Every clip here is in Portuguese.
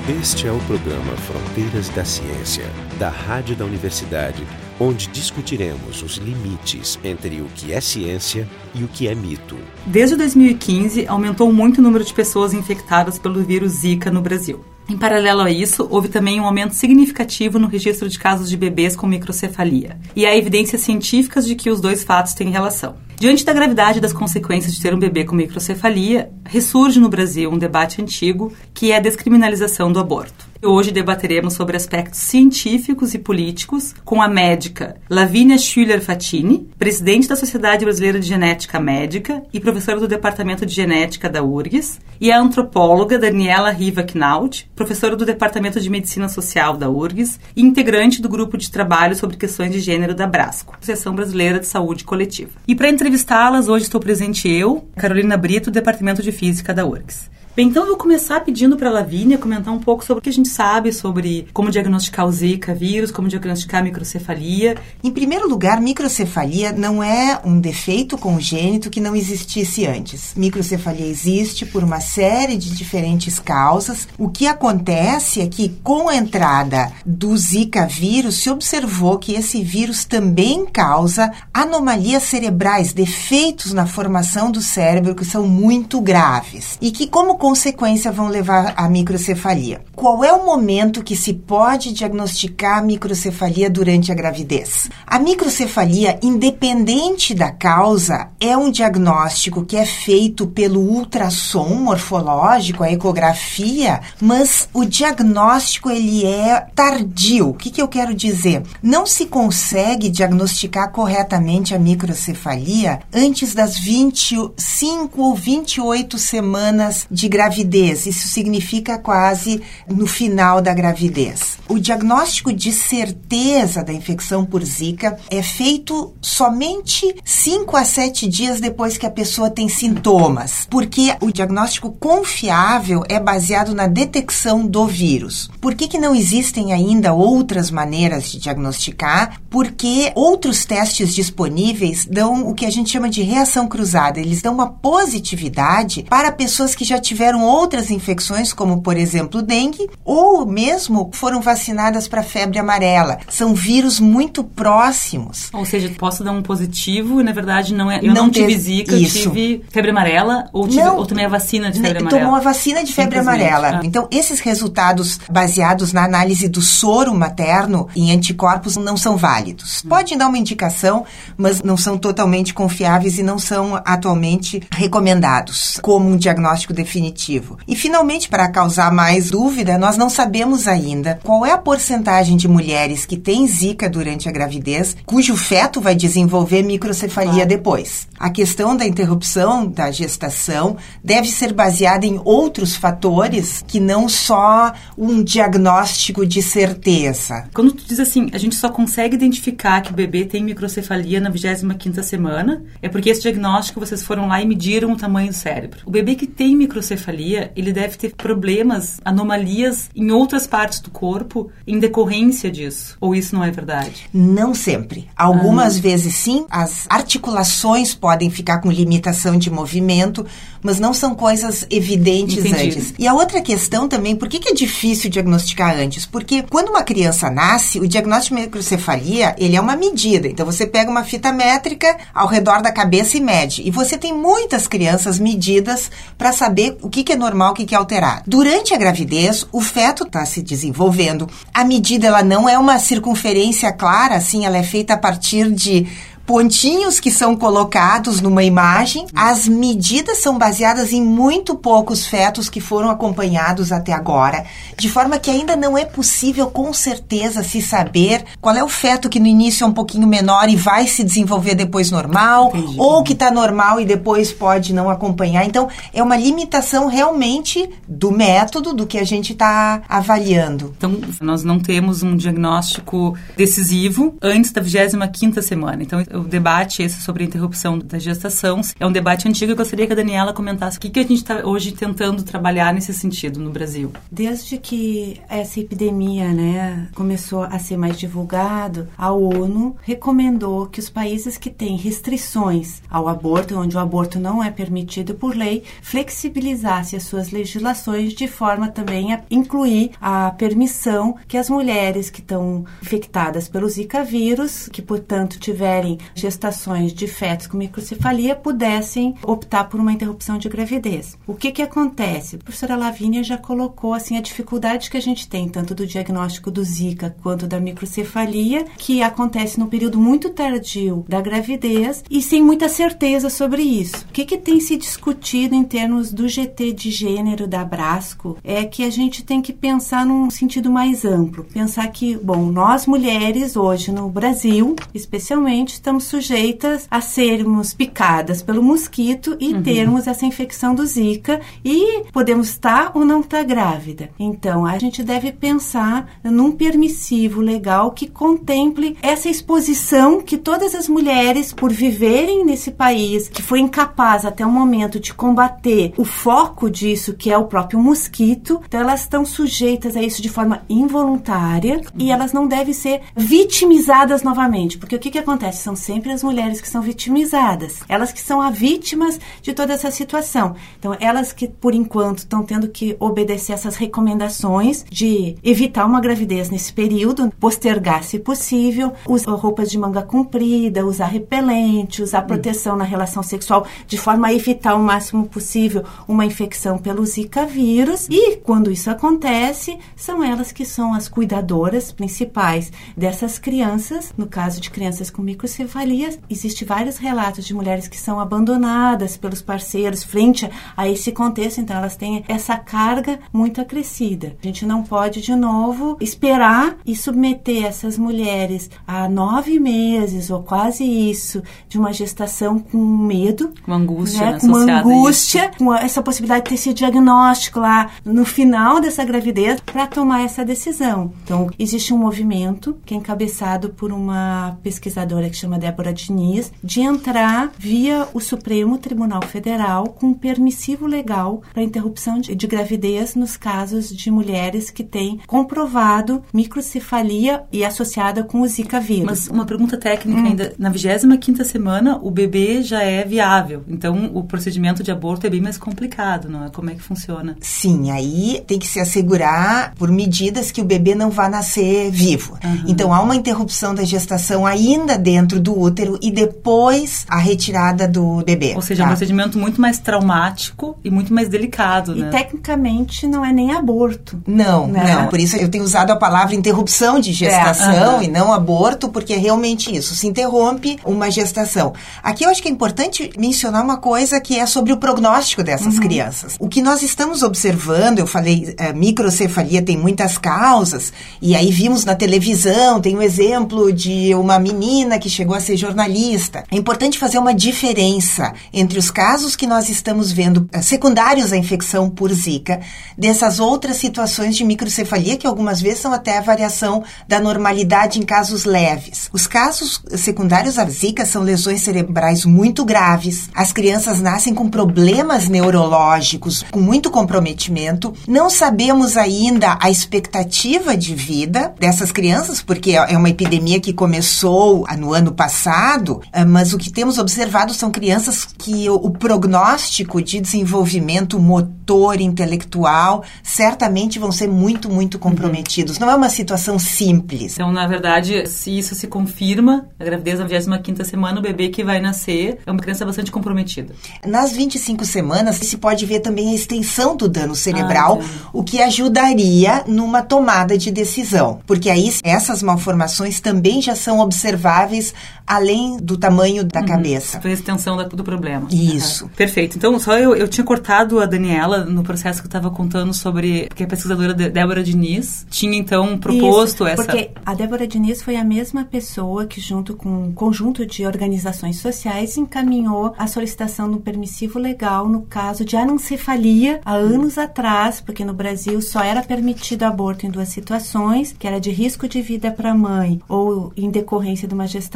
Este é o programa Fronteiras da Ciência, da Rádio da Universidade, onde discutiremos os limites entre o que é ciência e o que é mito. Desde 2015, aumentou muito o número de pessoas infectadas pelo vírus Zika no Brasil. Em paralelo a isso, houve também um aumento significativo no registro de casos de bebês com microcefalia. E há evidências científicas de que os dois fatos têm relação. Diante da gravidade das consequências de ter um bebê com microcefalia, ressurge no Brasil um debate antigo, que é a descriminalização do aborto. Hoje debateremos sobre aspectos científicos e políticos com a médica Lavínia Schüller-Fatini, presidente da Sociedade Brasileira de Genética Médica e professora do Departamento de Genética da URGS, e a antropóloga Daniela Riva-Knaut, professora do Departamento de Medicina Social da URGS e integrante do grupo de trabalho sobre questões de gênero da Brasco, Associação Brasileira de Saúde Coletiva. E para entrevistá-las, hoje estou presente eu, Carolina Brito, do Departamento de Física da URGS. Bem, então eu vou começar pedindo para a Lavínia comentar um pouco sobre o que a gente sabe sobre como diagnosticar o Zika vírus, como diagnosticar a microcefalia. Em primeiro lugar, microcefalia não é um defeito congênito que não existisse antes. Microcefalia existe por uma série de diferentes causas. O que acontece é que com a entrada do Zika vírus, se observou que esse vírus também causa anomalias cerebrais, defeitos na formação do cérebro que são muito graves e que, como consequência, vão levar à microcefalia. Qual é o momento que se pode diagnosticar a microcefalia durante a gravidez? A microcefalia, independente da causa, é um diagnóstico que é feito pelo ultrassom morfológico, a ecografia, mas o diagnóstico ele é tardio. O que eu quero dizer? Não se consegue diagnosticar corretamente a microcefalia antes das 25 ou 28 semanas de gravidez. Isso significa quase no final da gravidez. O diagnóstico de certeza da infecção por Zika é feito somente 5 a 7 dias depois que a pessoa tem sintomas, porque o diagnóstico confiável é baseado na detecção do vírus. Por que não existem ainda outras maneiras de diagnosticar? Porque outros testes disponíveis dão o que a gente chama de reação cruzada. Eles dão uma positividade para pessoas que já tiveram outras infecções, como, por exemplo, dengue, ou mesmo foram vacinadas para febre amarela. São vírus muito próximos. Ou seja, posso dar um positivo e, na verdade, não tive Zika, eu tive febre amarela, ou tomei a vacina de febre amarela. Tomou a vacina de febre amarela. Então, esses resultados baseados na análise do soro materno em anticorpos não são válidos. Podem dar uma indicação, mas não são totalmente confiáveis e não são atualmente recomendados como um diagnóstico definitivo. E, finalmente, para causar mais dúvida, nós não sabemos ainda qual é a porcentagem de mulheres que têm Zika durante a gravidez, cujo feto vai desenvolver microcefalia depois. A questão da interrupção da gestação deve ser baseada em outros fatores que não só um diagnóstico de certeza. Quando tu diz assim, a gente só consegue identificar que o bebê tem microcefalia na 25ª semana, é porque esse diagnóstico vocês foram lá e mediram o tamanho do cérebro. O bebê que tem microcefalia, ele deve ter problemas, anomalias em outras partes do corpo em decorrência disso. Ou isso não é verdade? Não sempre. Algumas vezes sim, as articulações podem ficar com limitação de movimento, mas não são coisas evidentes antes. E a outra questão também, por que é difícil diagnosticar antes? Porque quando uma criança nasce, o diagnóstico de microcefalia, ele é uma medida. Então você pega uma fita métrica ao redor da cabeça e mede. E você tem muitas crianças medidas para saber o que é normal, o que é alterado. Durante a gravidez, o feto está se desenvolvendo. A medida, ela não é uma circunferência clara, assim, ela é feita a partir de pontinhos que são colocados numa imagem. As medidas são baseadas em muito poucos fetos que foram acompanhados até agora, de forma que ainda não é possível com certeza se saber qual é o feto que no início é um pouquinho menor e vai se desenvolver depois normal, ou que está normal e depois pode não acompanhar. Então, é uma limitação realmente do método, do que a gente está avaliando. Então, nós não temos um diagnóstico decisivo antes da 25ª semana. Então, o debate esse sobre a interrupção da gestação é um debate antigo. Eu gostaria que a Daniela comentasse o que a gente está hoje tentando trabalhar nesse sentido no Brasil. Desde que essa epidemia, né, começou a ser mais divulgado, a ONU recomendou que os países que têm restrições ao aborto, onde o aborto não é permitido por lei, flexibilizassem as suas legislações de forma também a incluir a permissão que as mulheres que estão infectadas pelo Zika vírus, que portanto tiverem gestações de fetos com microcefalia, pudessem optar por uma interrupção de gravidez. O que acontece? A professora Lavínia já colocou assim a dificuldade que a gente tem tanto do diagnóstico do Zika quanto da microcefalia, que acontece no período muito tardio da gravidez e sem muita certeza sobre isso. O que tem se discutido em termos do GT de gênero da Abrasco é que a gente tem que pensar num sentido mais amplo. Pensar que, bom, nós mulheres hoje no Brasil, especialmente, estamos sujeitas a sermos picadas pelo mosquito e termos essa infecção do Zika e podemos estar ou não estar grávida. Então, a gente deve pensar num permissivo legal que contemple essa exposição que todas as mulheres, por viverem nesse país, que foi incapaz até o momento de combater o foco disso, que é o próprio mosquito, então elas estão sujeitas a isso de forma involuntária e elas não devem ser vitimizadas novamente, porque o que acontece? São sempre as mulheres que são vitimizadas, elas que são as vítimas de toda essa situação. Então, elas que, por enquanto, estão tendo que obedecer essas recomendações de evitar uma gravidez nesse período, postergar se possível, usar roupas de manga comprida, usar repelente, usar proteção na relação sexual, de forma a evitar o máximo possível uma infecção pelo Zika vírus. E, quando isso acontece, são elas que são as cuidadoras principais dessas crianças. No caso de crianças com microcefalia, existem vários relatos de mulheres que são abandonadas pelos parceiros frente a esse contexto, então elas têm essa carga muito acrescida. A gente não pode, de novo, esperar e submeter essas mulheres a 9 meses ou quase isso de uma gestação com medo, com angústia, né? Com uma angústia, com essa possibilidade de ter esse diagnóstico lá no final dessa gravidez para tomar essa decisão. Então, existe um movimento que é encabeçado por uma pesquisadora que chama Débora Diniz, de entrar via o Supremo Tribunal Federal com um permissivo legal para interrupção de gravidez nos casos de mulheres que têm comprovado microcefalia e associada com o Zika vírus. Mas uma pergunta técnica ainda. Na 25ª semana, o bebê já é viável. Então, o procedimento de aborto é bem mais complicado, não é? Como é que funciona? Sim, aí tem que se assegurar por medidas que o bebê não vá nascer vivo. Então, há uma interrupção da gestação ainda dentro do útero e depois a retirada do bebê. Ou seja, é um procedimento muito mais traumático e muito mais delicado, né? E tecnicamente não é nem aborto. Não, né? Não. Por isso eu tenho usado a palavra interrupção de gestação e não aborto, porque é realmente isso. Se interrompe uma gestação. Aqui eu acho que é importante mencionar uma coisa que é sobre o prognóstico dessas crianças. O que nós estamos observando, eu falei, microcefalia tem muitas causas, e aí vimos na televisão, tem um exemplo de uma menina que chegou a ser jornalista. É importante fazer uma diferença entre os casos que nós estamos vendo secundários à infecção por Zika, dessas outras situações de microcefalia, que algumas vezes são até a variação da normalidade em casos leves. Os casos secundários à Zika são lesões cerebrais muito graves. As crianças nascem com problemas neurológicos, com muito comprometimento. Não sabemos ainda a expectativa de vida dessas crianças, porque é uma epidemia que começou no ano passado, mas o que temos observado são crianças que o prognóstico de desenvolvimento motor, intelectual, certamente vão ser muito, muito comprometidos. Não é uma situação simples. Então, na verdade, se isso se confirma, a gravidez na 25ª semana, o bebê que vai nascer é uma criança bastante comprometida. Nas 25 semanas, se pode ver também a extensão do dano cerebral, o que ajudaria numa tomada de decisão. Porque aí, essas malformações também já são observáveis além do tamanho da cabeça. Foi a extensão do problema. Isso. Perfeito. Então, só eu tinha cortado a Daniela no processo que eu estava contando sobre que a pesquisadora Débora Diniz tinha, então, proposto isso, porque a Débora Diniz foi a mesma pessoa que, junto com um conjunto de organizações sociais, encaminhou a solicitação do permissivo legal no caso de anencefalia há anos atrás, porque no Brasil só era permitido aborto em 2 situações, que era de risco de vida para a mãe ou em decorrência de uma gestação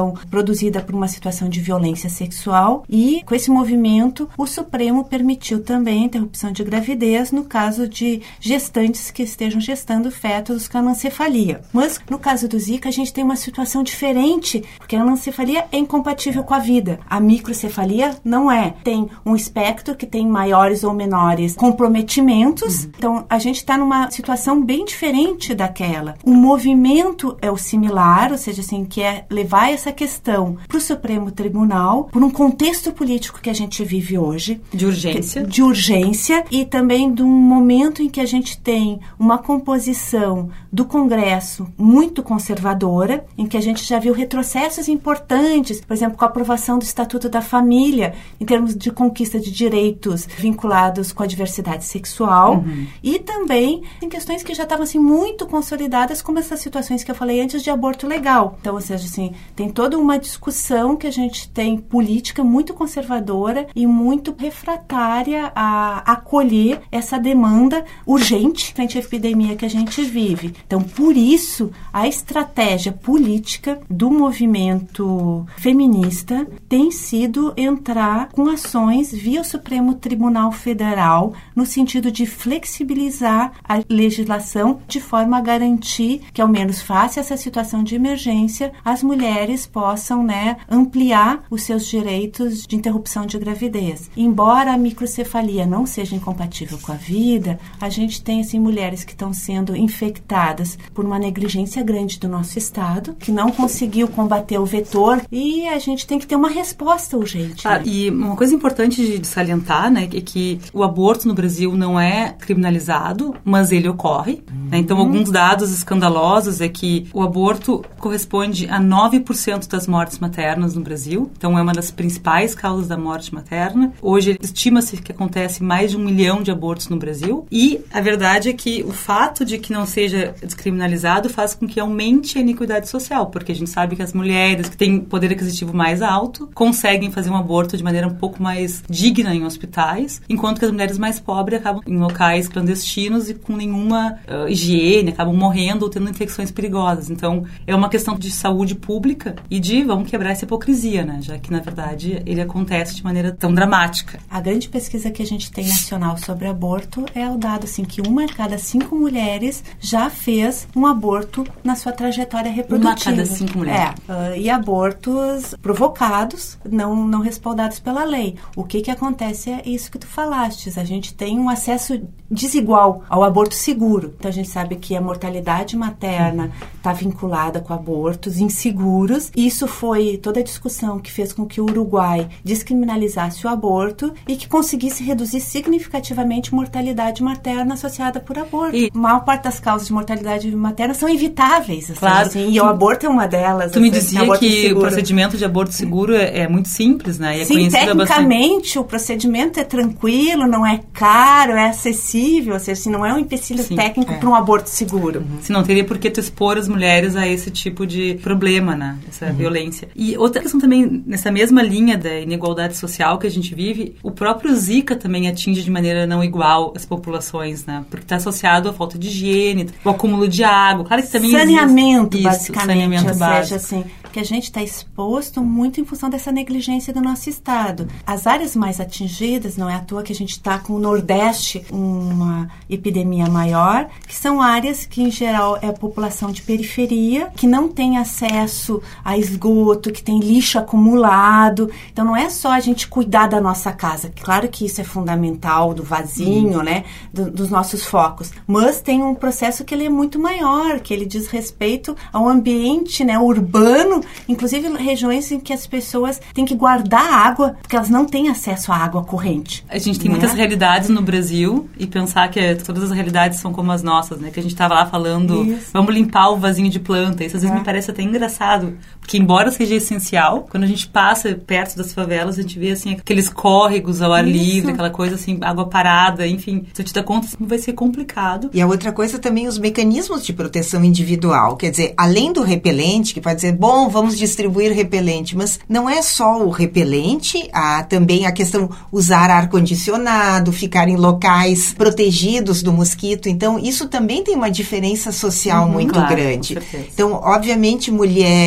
situação produzida por uma situação de violência sexual, e com esse movimento o Supremo permitiu também a interrupção de gravidez no caso de gestantes que estejam gestando fetos com anencefalia. Mas no caso do Zika a gente tem uma situação diferente, porque a anencefalia é incompatível com a vida. A microcefalia não é. Tem um espectro que tem maiores ou menores comprometimentos. Então a gente está numa situação bem diferente daquela. O movimento é o similar, ou seja, assim, que é levar essa questão para o Supremo Tribunal, por um contexto político que a gente vive hoje. De urgência. De urgência, e também de um momento em que a gente tem uma composição do Congresso muito conservadora, em que a gente já viu retrocessos importantes, por exemplo, com a aprovação do Estatuto da Família, em termos de conquista de direitos vinculados com a diversidade sexual, e também em questões que já estavam assim, muito consolidadas, como essas situações que eu falei antes de aborto legal. Então, ou seja, assim, tem toda uma discussão que a gente tem política muito conservadora e muito refratária a acolher essa demanda urgente frente à epidemia que a gente vive. Então, por isso, a estratégia política do movimento feminista tem sido entrar com ações via o Supremo Tribunal Federal no sentido de flexibilizar a legislação de forma a garantir que, ao menos face a essa situação de emergência, as mulheres possam, ampliar os seus direitos de interrupção de gravidez. Embora a microcefalia não seja incompatível com a vida, a gente tem, assim, mulheres que estão sendo infectadas por uma negligência grande do nosso Estado, que não conseguiu combater o vetor, e a gente tem que ter uma resposta urgente. E uma coisa importante de salientar, é que o aborto no Brasil não é criminalizado, mas ele ocorre. Então, alguns dados escandalosos é que o aborto corresponde a 9% das mortes maternas no Brasil. Então, é uma das principais causas da morte materna. Hoje, estima-se que acontece mais de 1 milhão de abortos no Brasil. E a verdade é que o fato de que não seja descriminalizado faz com que aumente a iniquidade social, porque a gente sabe que as mulheres que têm poder aquisitivo mais alto conseguem fazer um aborto de maneira um pouco mais digna em hospitais, enquanto que as mulheres mais pobres acabam em locais clandestinos e com nenhuma higiene, acabam morrendo ou tendo infecções perigosas. Então, é uma questão de saúde pública e de vamos quebrar essa hipocrisia, já que, na verdade, ele acontece de maneira tão dramática. A grande pesquisa que a gente tem nacional sobre aborto é o dado, assim, que 1 a cada 5 mulheres já fez um aborto na sua trajetória reprodutiva. 1 a cada 5 mulheres. E abortos provocados, não respaldados pela lei. O que acontece é isso que tu falastes. A gente tem um acesso desigual ao aborto seguro. Então, a gente sabe que a mortalidade materna está vinculada com abortos inseguros. Isso foi toda a discussão que fez com que o Uruguai descriminalizasse o aborto e que conseguisse reduzir significativamente a mortalidade materna associada por aborto. E a maior parte das causas de mortalidade materna são evitáveis. Assim, claro. Assim, e o aborto é uma delas. Tu me dizia que seguro. O procedimento de aborto seguro é muito simples, E é Sim, tecnicamente bastante. O procedimento é tranquilo, não é caro, é acessível, ou seja, assim, não é um empecilho técnico para um aborto seguro. Se não teria por que tu expor as mulheres a esse tipo de problema, essa violência. E outra questão também, nessa mesma linha da inigualdade social que a gente vive, o próprio Zika também atinge de maneira não igual as populações, porque está associado à falta de higiene, o acúmulo de água. Claro que também saneamento, existe basicamente, saneamento básico. Seja, assim, que a gente está exposto muito em função dessa negligência do nosso Estado. As áreas mais atingidas, não é à toa que a gente está com o Nordeste uma epidemia maior, que são áreas que, em geral, é a população de periferia, que não tem acesso a esgoto, que tem lixo acumulado. Então, não é só a gente cuidar da nossa casa. Claro que isso é fundamental, do vasinho, dos nossos focos. Mas tem um processo que ele é muito maior, que ele diz respeito ao ambiente, urbano, inclusive regiões em que as pessoas têm que guardar água, porque elas não têm acesso à água corrente. A gente tem muitas realidades no Brasil e pensar que todas as realidades são como as nossas, que a gente estava lá falando, vamos limpar o vasinho de planta. Isso às vezes me parece até engraçado, porque embora seja essencial, quando a gente passa perto das favelas, a gente vê assim aqueles córregos ao ar livre, aquela coisa assim, água parada, enfim, se te dá conta, vai ser complicado. E a outra coisa também, os mecanismos de proteção individual, quer dizer, além do repelente, que pode dizer, bom, vamos distribuir repelente, mas não é só o repelente, há também a questão usar ar-condicionado, ficar em locais protegidos do mosquito, então isso também tem uma diferença social muito grande. Então, obviamente, mulheres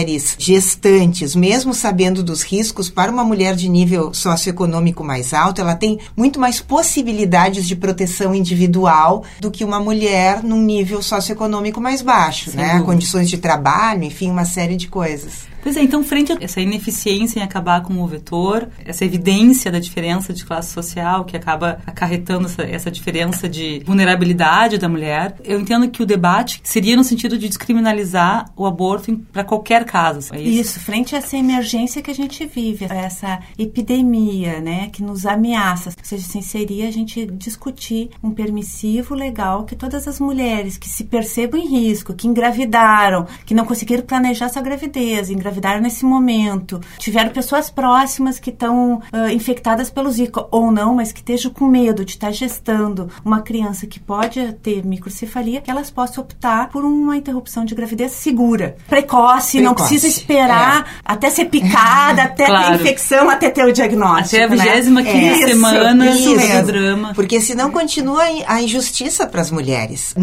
gestantes, mesmo sabendo dos riscos, para uma mulher de nível socioeconômico mais alto, ela tem muito mais possibilidades de proteção individual do que uma mulher num nível socioeconômico mais baixo, né? Condições de trabalho, enfim, uma série de coisas. Pois é, então, frente a essa ineficiência em acabar com o vetor, essa evidência da diferença de classe social que acaba acarretando essa diferença de vulnerabilidade da mulher, eu entendo que o debate seria no sentido de descriminalizar o aborto para qualquer caso. É isso? Isso, frente a essa emergência que a gente vive, essa epidemia, né, que nos ameaça. Ou seja, assim, seria a gente discutir um permissivo legal que todas as mulheres que se percebam em risco, que engravidaram, que não conseguiram planejar sua gravidez, engravidaram nesse momento, tiveram pessoas próximas que estão infectadas pelo Zika ou não, mas que estejam com medo de estar gestando uma criança que pode ter microcefalia, que elas possam optar por uma interrupção de gravidez segura, precoce. Não precisa esperar até ser picada, até ter infecção, até ter o diagnóstico. Até a 25ª semana do drama. Porque senão continua a injustiça para as mulheres.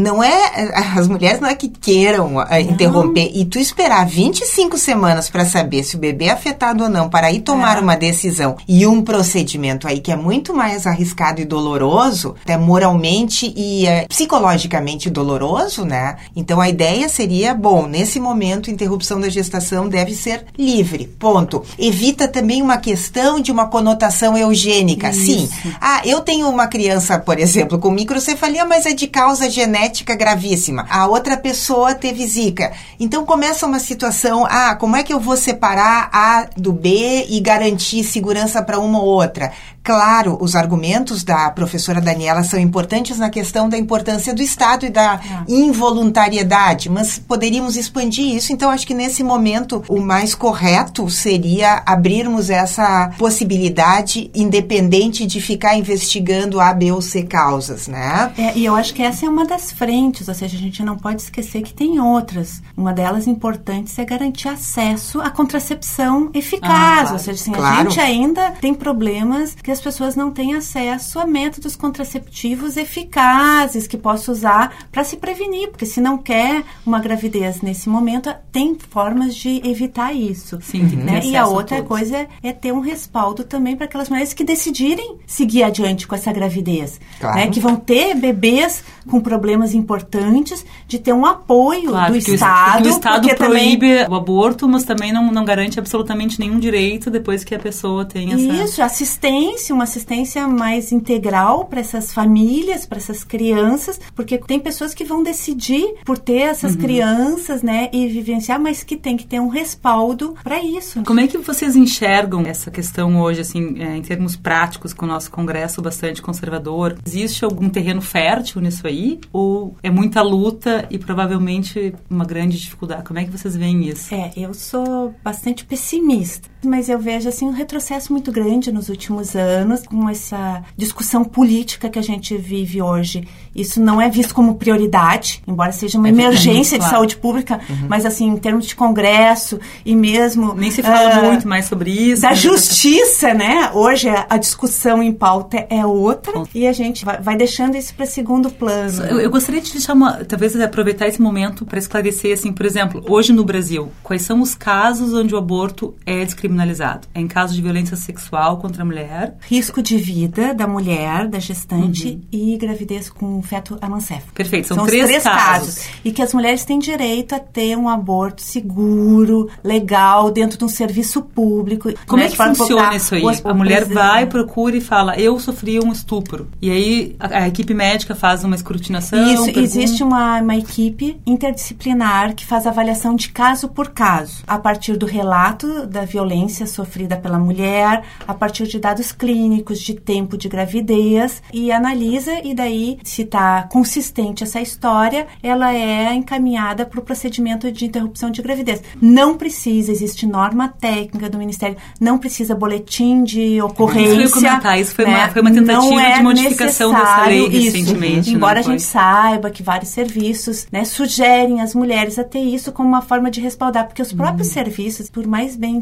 As mulheres não é que queiram interromper, e tu esperar 25 semanas para saber se o bebê é afetado ou não, para aí tomar uma decisão e um procedimento aí que é muito mais arriscado e doloroso, até moralmente e psicologicamente doloroso, né? Então a ideia seria, bom, nesse momento, interrupção da gestação deve ser livre, ponto. Evita também uma questão de uma conotação eugênica. Isso. Sim, eu tenho uma criança, por exemplo, com microcefalia, mas é de causa genética gravíssima. A outra pessoa teve Zika. Então começa uma situação, como é que eu vou separar A do B e garantir segurança para uma ou outra? Claro, os argumentos da professora Daniela são importantes na questão da importância do Estado e da involuntariedade, mas poderíamos expandir isso. Então, acho que nesse momento o mais correto seria abrirmos essa possibilidade independente de ficar investigando A, B ou C causas, né? E eu acho que essa é uma das frentes, ou seja, a gente não pode esquecer que tem outras. Uma delas importante é garantir acesso à contracepção eficaz, claro. Ou seja, assim, a gente ainda tem problemas que as pessoas não têm acesso a métodos contraceptivos eficazes que possa usar para se prevenir, porque se não quer uma gravidez nesse momento, tem formas de evitar isso. Sim, né? E a outra coisa é ter um respaldo também para aquelas mulheres que decidirem seguir adiante com essa gravidez, né? Que vão ter bebês com problemas importantes, de ter um apoio do Estado. Porque o Estado proíbe o aborto, mas também não garante absolutamente nenhum direito depois que a pessoa tem essa... Isso, uma assistência mais integral para essas famílias, para essas crianças, porque tem pessoas que vão decidir por ter essas crianças, né, e vivenciar, mas que tem que ter um respaldo para isso. Como é que vocês enxergam essa questão hoje, assim, em termos práticos, com o nosso Congresso bastante conservador? Existe algum terreno fértil nisso aí? Ou é muita luta e provavelmente uma grande dificuldade? Como é que vocês veem isso? Eu sou bastante pessimista, mas eu vejo, assim, um retrocesso muito grande nos últimos anos, com essa discussão política que a gente vive hoje. Isso não é visto como prioridade, embora seja uma emergência de saúde pública, mas, assim, em termos de Congresso e mesmo... Nem se fala muito mais sobre isso. Da justiça, né? Hoje a discussão em pauta é outra e a gente vai deixando isso para segundo plano. Eu gostaria de deixar talvez aproveitar esse momento para esclarecer, assim, por exemplo, hoje no Brasil, quais são os casos onde o aborto é descriminalizado? É em caso de violência sexual contra a mulher? Risco de vida da mulher, da gestante e gravidez com feto anencefalo. Perfeito, são três casos. E que as mulheres têm direito a ter um aborto seguro, legal, dentro de um serviço público. Como é que funciona isso aí? A mulher vai, procura e fala, eu sofri um estupro. E aí a equipe médica faz uma escrutinação? Isso, existe uma equipe interdisciplinar que faz avaliação de caso por caso, a partir do relato da violência sofrida pela mulher, a partir de dados clínicos, de tempo de gravidez, e analisa, e daí, se está consistente essa história, ela é encaminhada para o procedimento de interrupção de gravidez. Não precisa, existe norma técnica do Ministério, não precisa boletim de ocorrência. Isso eu ia comentar, isso foi uma tentativa de modificação dessa lei recentemente. Embora a gente saiba que vários serviços, né, sugerem às mulheres a ter isso como uma forma de respaldar, porque os próprios serviços, por mais bem intencionados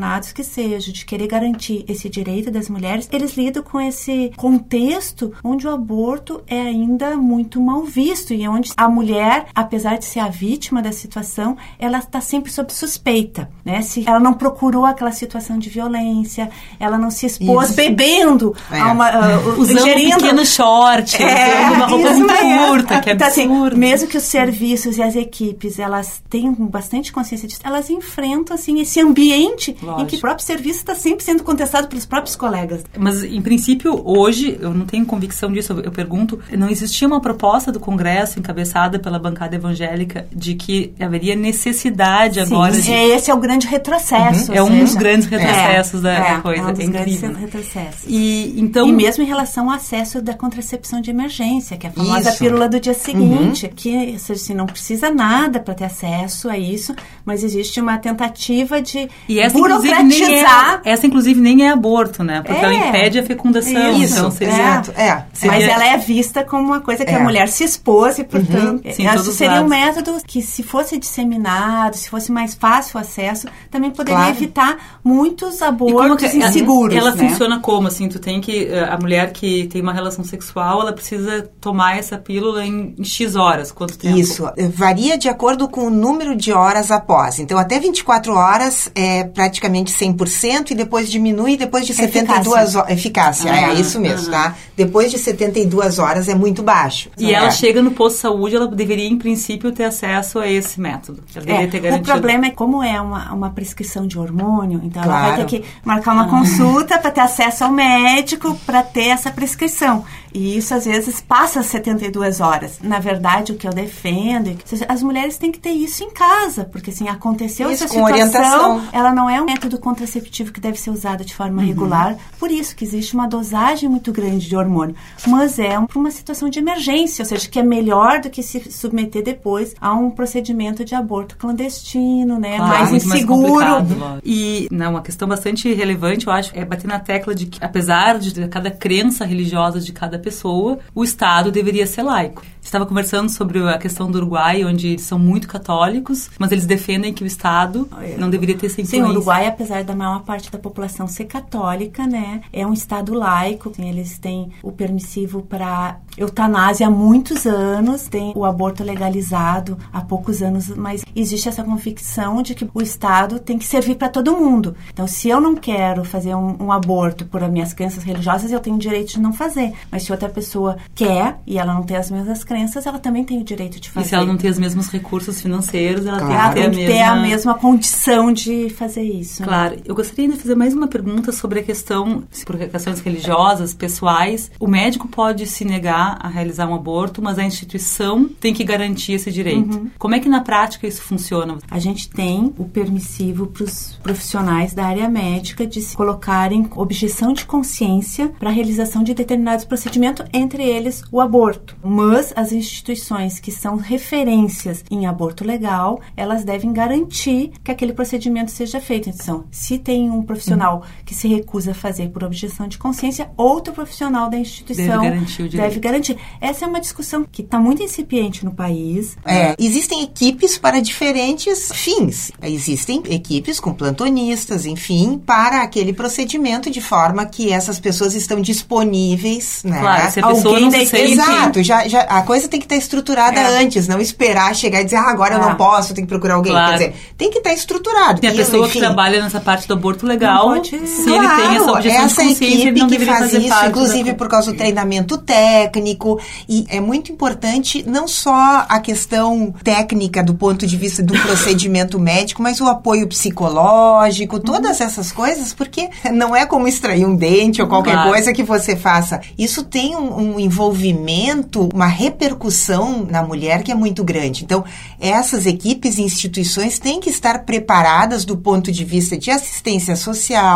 posicionados que sejam, de querer garantir esse direito das mulheres, eles lidam com esse contexto onde o aborto é ainda muito mal visto e onde a mulher, apesar de ser a vítima da situação, ela está sempre sob suspeita, né? Se ela não procurou aquela situação de violência, ela não se expôs bebendo, usando pequenos shorts, usando uma roupa muito curta, que é então, absurdo. Assim, mesmo que os serviços e as equipes, elas tenham bastante consciência disso, elas enfrentam, assim, esse ambiente em que o próprio serviço está sempre sendo contestado pelos próprios colegas. Mas, em princípio, hoje, eu não tenho convicção disso, eu pergunto, não existia uma proposta do Congresso, encabeçada pela bancada evangélica, de que haveria necessidade agora de... Esse é o grande retrocesso. É um dos grandes retrocessos da coisa. É um dos incrível. grandes retrocessos. E mesmo em relação ao acesso da contracepção de emergência, que é a famosa pílula do dia seguinte, que assim, não precisa nada para ter acesso a isso, mas existe uma tentativa de burocratizar. Essa, inclusive, nem é aborto, né? Porque ela impede a fecundação. Isso, então seria, Mas ela é vista como uma coisa que a mulher se expôs e, portanto, isso seria um método que, se fosse disseminado, se fosse mais fácil o acesso, também poderia evitar muitos abortos inseguros. Ela funciona como? Assim, tu tem que... A mulher que tem uma relação sexual, ela precisa tomar essa pílula em X horas. Quanto tempo? Isso. Varia de acordo com o número de horas após. Então, até 24 horas é praticamente 100% e depois diminui depois de 72 horas. Eficácia, é isso mesmo, tá? Depois de 72 horas é muito baixo. E ela chega no posto de saúde, ela deveria, em princípio, ter acesso a esse método. Ela deveria ter garantido. O problema é como é uma prescrição de hormônio, então ela vai ter que marcar uma consulta para ter acesso ao médico para ter essa prescrição. E isso, às vezes, passa 72 horas. Na verdade, o que eu defendo é que as mulheres têm que ter isso em casa, porque, assim, aconteceu essa situação, orientação. Ela não é um método contraceptivo que deve ser usado de forma regular, por isso que existe uma dosagem muito grande de hormônio. Mas é para uma situação de emergência, ou seja, que é melhor do que se submeter depois a um procedimento de aborto clandestino, né? Mais inseguro. E uma questão bastante relevante, eu acho, é bater na tecla de que, apesar de cada crença religiosa de cada pessoa, o Estado deveria ser laico. Estava conversando sobre a questão do Uruguai, onde eles são muito católicos, mas eles defendem que o Estado não deveria ter essa influência. Sim, o Uruguai, apesar da maior parte da população ser católica, né, é um Estado laico. Eles têm o permissivo para eutanásia há muitos anos, tem o aborto legalizado há poucos anos, mas existe essa convicção de que o Estado tem que servir para todo mundo. Então, se eu não quero fazer um aborto por minhas crenças religiosas, eu tenho o direito de não fazer. Mas se outra pessoa quer e ela não tem as mesmas crenças, ela também tem o direito de fazer. E se ela não tem os mesmos recursos financeiros, ela tem que ter a mesma condição de fazer isso. Claro. Né? Eu gostaria de fazer mais uma pergunta sobre a questão, por questões religiosas, pessoais. O médico pode se negar a realizar um aborto, mas a instituição tem que garantir esse direito. Como é que na prática isso funciona? A gente tem o permissivo para os profissionais da área médica de se colocarem objeção de consciência para a realização de determinados procedimentos, entre eles o aborto. Mas as instituições que são referências em aborto legal, elas devem garantir que aquele procedimento seja feito. Então, se tem um profissional que se recusa a fazer por objeção de consciência, outro profissional da instituição deve garantir. Essa é uma discussão que está muito incipiente no país. Existem equipes para diferentes fins. Existem equipes com plantonistas, enfim, para aquele procedimento, de forma que essas pessoas estão disponíveis, né? Claro, se a pessoa não se sente... Exato, já a coisa tem que estar estruturada antes, não esperar chegar e dizer, agora eu não posso, tenho que procurar alguém. Claro. Quer dizer, tem que estar estruturado. E a pessoa que trabalha nessa parte do aborto legal, se ele tem essa objeção de consciência, ele não deveria fazer isso, parte. Inclusive por causa do treinamento técnico. E é muito importante não só a questão técnica do ponto de vista do procedimento médico, mas o apoio psicológico, todas essas coisas, porque não é como extrair um dente ou qualquer coisa que você faça. Isso tem um envolvimento, uma repercussão na mulher que é muito grande. Então, essas equipes e instituições têm que estar preparadas do ponto de vista de assistência social,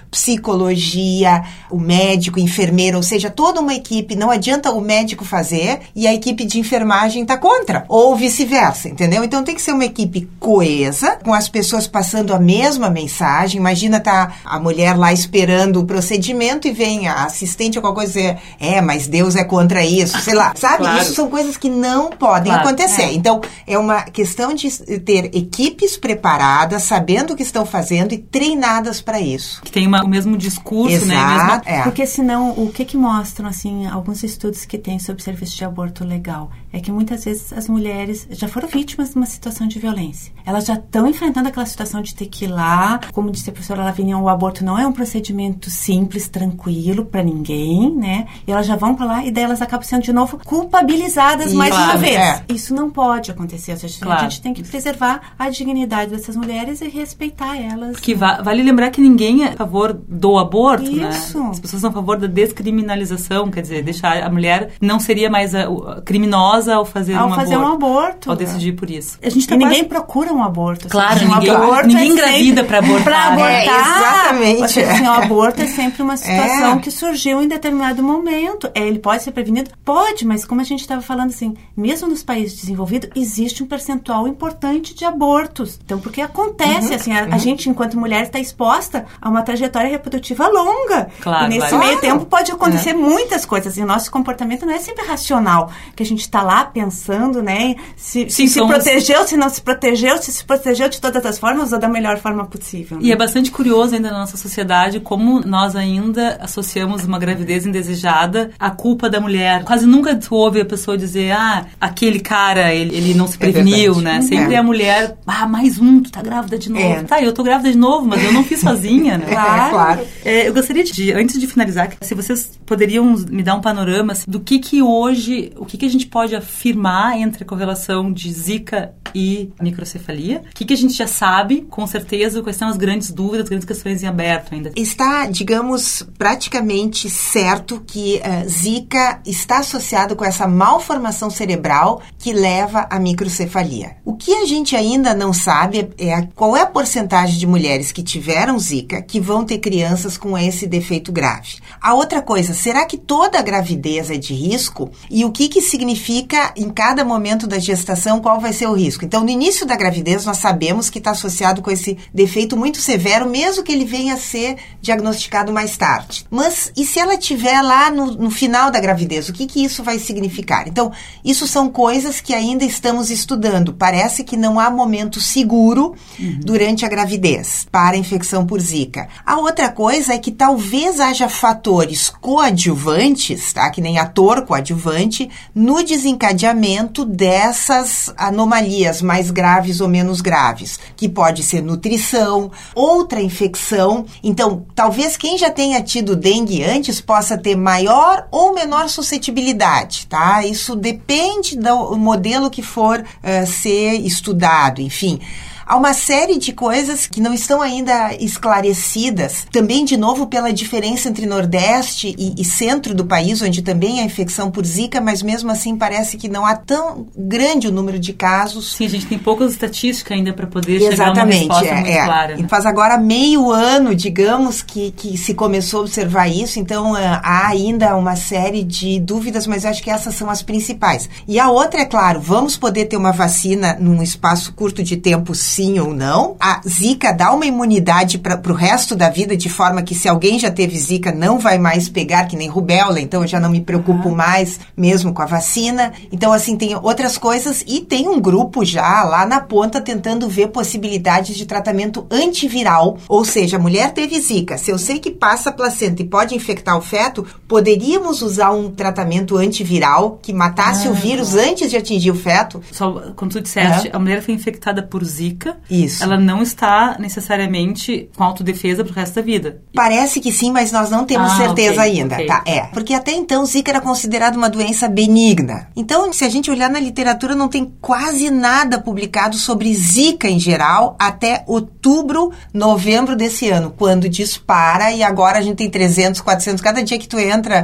psicologia, o médico, enfermeiro, ou seja, toda uma equipe. Não adianta o médico fazer e a equipe de enfermagem tá contra, ou vice-versa, entendeu? Então tem que ser uma equipe coesa, com as pessoas passando a mesma mensagem. Imagina tá a mulher lá esperando o procedimento e vem a assistente ou qualquer coisa dizer, mas Deus é contra isso, sei lá, sabe? Claro. Isso são coisas que não podem acontecer. Então, é uma questão de ter equipes preparadas, sabendo o que estão fazendo e treinadas para isso. Que tem o mesmo discurso, Exato, né? Porque senão, o que mostram, assim, alguns estudos que tem sobre serviço de aborto legal, é que muitas vezes as mulheres já foram vítimas de uma situação de violência. Elas já estão enfrentando aquela situação de ter que ir lá, como disse a professora Lavínia, o aborto não é um procedimento simples, tranquilo para ninguém, né? E elas já vão para lá e daí elas acabam sendo de novo culpabilizadas mais uma vez. Isso não pode acontecer. A gente tem que preservar a dignidade dessas mulheres e respeitar elas. Porque vale lembrar que ninguém é a favor do aborto, Isso. né? As pessoas são a favor da descriminalização, quer dizer, deixar a mulher não seria mais criminosa ao fazer um aborto. Ao decidir por isso. A gente ninguém procura um aborto. Claro, ninguém engravida para abortar. Para abortar, exatamente. Assim, o aborto é sempre uma situação que surgiu em determinado momento. Ele pode ser prevenido? Pode, mas como a gente estava falando assim, mesmo nos países desenvolvidos, existe um percentual importante de abortos. Então, porque acontece, assim, a gente, enquanto mulher, está exposta a uma trajetória reprodutiva longa. Claro, e nesse meio tempo pode acontecer muitas coisas. E o nosso comportamento não é sempre racional. Que a gente está lá pensando, né? Se protegeu, se não se protegeu, se protegeu de todas as formas ou da melhor forma possível. Né? E é bastante curioso ainda na nossa sociedade como nós ainda associamos uma gravidez indesejada à culpa da mulher. Quase nunca tu ouve a pessoa dizer, aquele cara, ele não se preveniu, né? Sempre é a mulher, mais um, tu tá grávida de novo. Tá, eu tô grávida de novo, mas eu não fiz sozinha, né? Claro. Eu gostaria de, antes de finalizar, se vocês poderiam me dar um panorama do que hoje, o que a gente pode afirmar entre a correlação de Zika e microcefalia? O que a gente já sabe, com certeza, quais são as grandes dúvidas, as grandes questões em aberto ainda? Está, digamos, praticamente certo que Zika está associado com essa malformação cerebral que leva à microcefalia. O que a gente ainda não sabe é qual é a porcentagem de mulheres que tiveram Zika que vão ter crianças com esse defeito grave. A outra coisa, será que toda gravidez é de risco? E o que significa em cada momento da gestação, qual vai ser o risco? Então, no início da gravidez, nós sabemos que está associado com esse defeito muito severo, mesmo que ele venha a ser diagnosticado mais tarde. Mas, e se ela estiver lá no final da gravidez, o que isso vai significar? Então, isso são coisas que ainda estamos estudando. Parece que não há momento seguro durante a gravidez para a infecção por Zika. A outra coisa é que talvez haja fatores coadjuvantes, tá? Que nem ator coadjuvante, no desencadeamento dessas anomalias mais graves ou menos graves, que pode ser nutrição, outra infecção. Então, talvez quem já tenha tido dengue antes possa ter maior ou menor suscetibilidade, tá? Isso depende do modelo que for ser estudado, enfim. Há uma série de coisas que não estão ainda esclarecidas, também, de novo, pela diferença entre Nordeste e centro do país, onde também há infecção por Zika, mas mesmo assim parece que não há tão grande o número de casos. Sim, a gente tem poucas estatísticas ainda para poder chegar a uma resposta muito clara. Né? Faz agora meio ano, digamos, que se começou a observar isso, então há ainda uma série de dúvidas, mas eu acho que essas são as principais. E a outra, é claro, vamos poder ter uma vacina num espaço curto de tempo, sim ou não. A Zika dá uma imunidade para o resto da vida, de forma que se alguém já teve Zika, não vai mais pegar, que nem rubéola, então eu já não me preocupo mais mesmo com a vacina. Então, assim, tem outras coisas e tem um grupo já lá na ponta tentando ver possibilidades de tratamento antiviral, ou seja, a mulher teve Zika, se eu sei que passa a placenta e pode infectar o feto, poderíamos usar um tratamento antiviral que matasse o vírus antes de atingir o feto. Só quando tu disseste, a mulher foi infectada por Zika, isso. Ela não está necessariamente com autodefesa pro resto da vida. Parece que sim, mas nós não temos certeza ainda. Okay. Tá? Porque até então Zika era considerada uma doença benigna. Então, se a gente olhar na literatura, não tem quase nada publicado sobre Zika em geral até outubro, novembro desse ano, quando dispara, e agora a gente tem 300, 400, cada dia que tu entra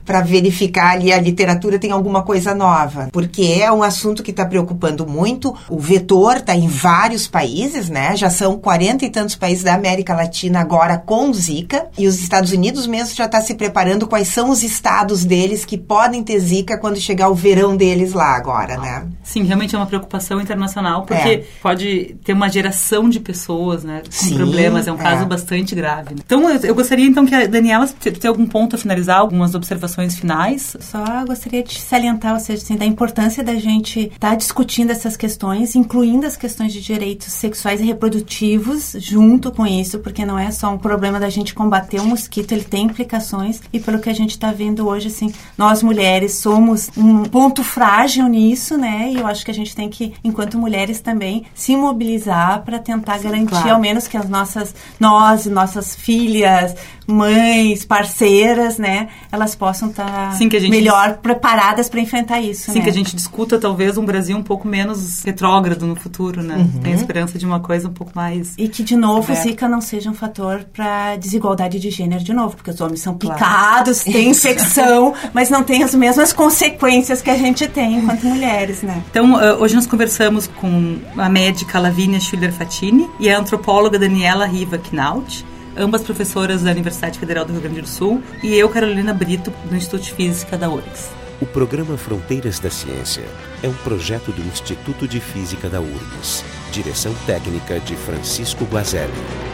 para verificar ali a literatura tem alguma coisa nova, porque é um assunto que está preocupando muito. O vetor está em vários países, né? Já são 40 e tantos países da América Latina agora com Zika, e os Estados Unidos mesmo já está se preparando quais são os estados deles que podem ter Zika quando chegar o verão deles lá agora, né? Sim, realmente é uma preocupação internacional, porque pode ter uma geração de pessoas, né, com problemas, é um caso bastante grave. Então, eu gostaria então que a Daniela tenha algum ponto a finalizar, algumas observações finais. Só gostaria de salientar, ou seja, assim, da importância da gente estar discutindo essas questões, incluindo as questões de direitos sexuais e reprodutivos junto com isso, porque não é só um problema da gente combater o mosquito, ele tem implicações, e pelo que a gente está vendo hoje, assim, nós mulheres somos um ponto frágil nisso, né, e eu acho que a gente tem que, enquanto mulheres também, se mobilizar para tentar garantir ao menos que nós e nossas filhas, mães, parceiras, né, elas possam estar melhor preparadas para enfrentar isso. Sim, né? Que a gente discuta talvez um Brasil um pouco menos retrógrado no futuro, né? Tem a esperança de uma coisa um pouco mais... E que, de novo, o Zika não seja um fator para desigualdade de gênero de novo, porque os homens são picados, têm infecção, mas não têm as mesmas consequências que a gente tem enquanto mulheres, né? Então, hoje nós conversamos com a médica Lavínia Schiller-Fatini e a antropóloga Daniela Riva Knaut, ambas professoras da Universidade Federal do Rio Grande do Sul, e eu, Carolina Brito, do Instituto de Física da URGS. O programa Fronteiras da Ciência é um projeto do Instituto de Física da URGS. Direção técnica de Francisco Guazelli.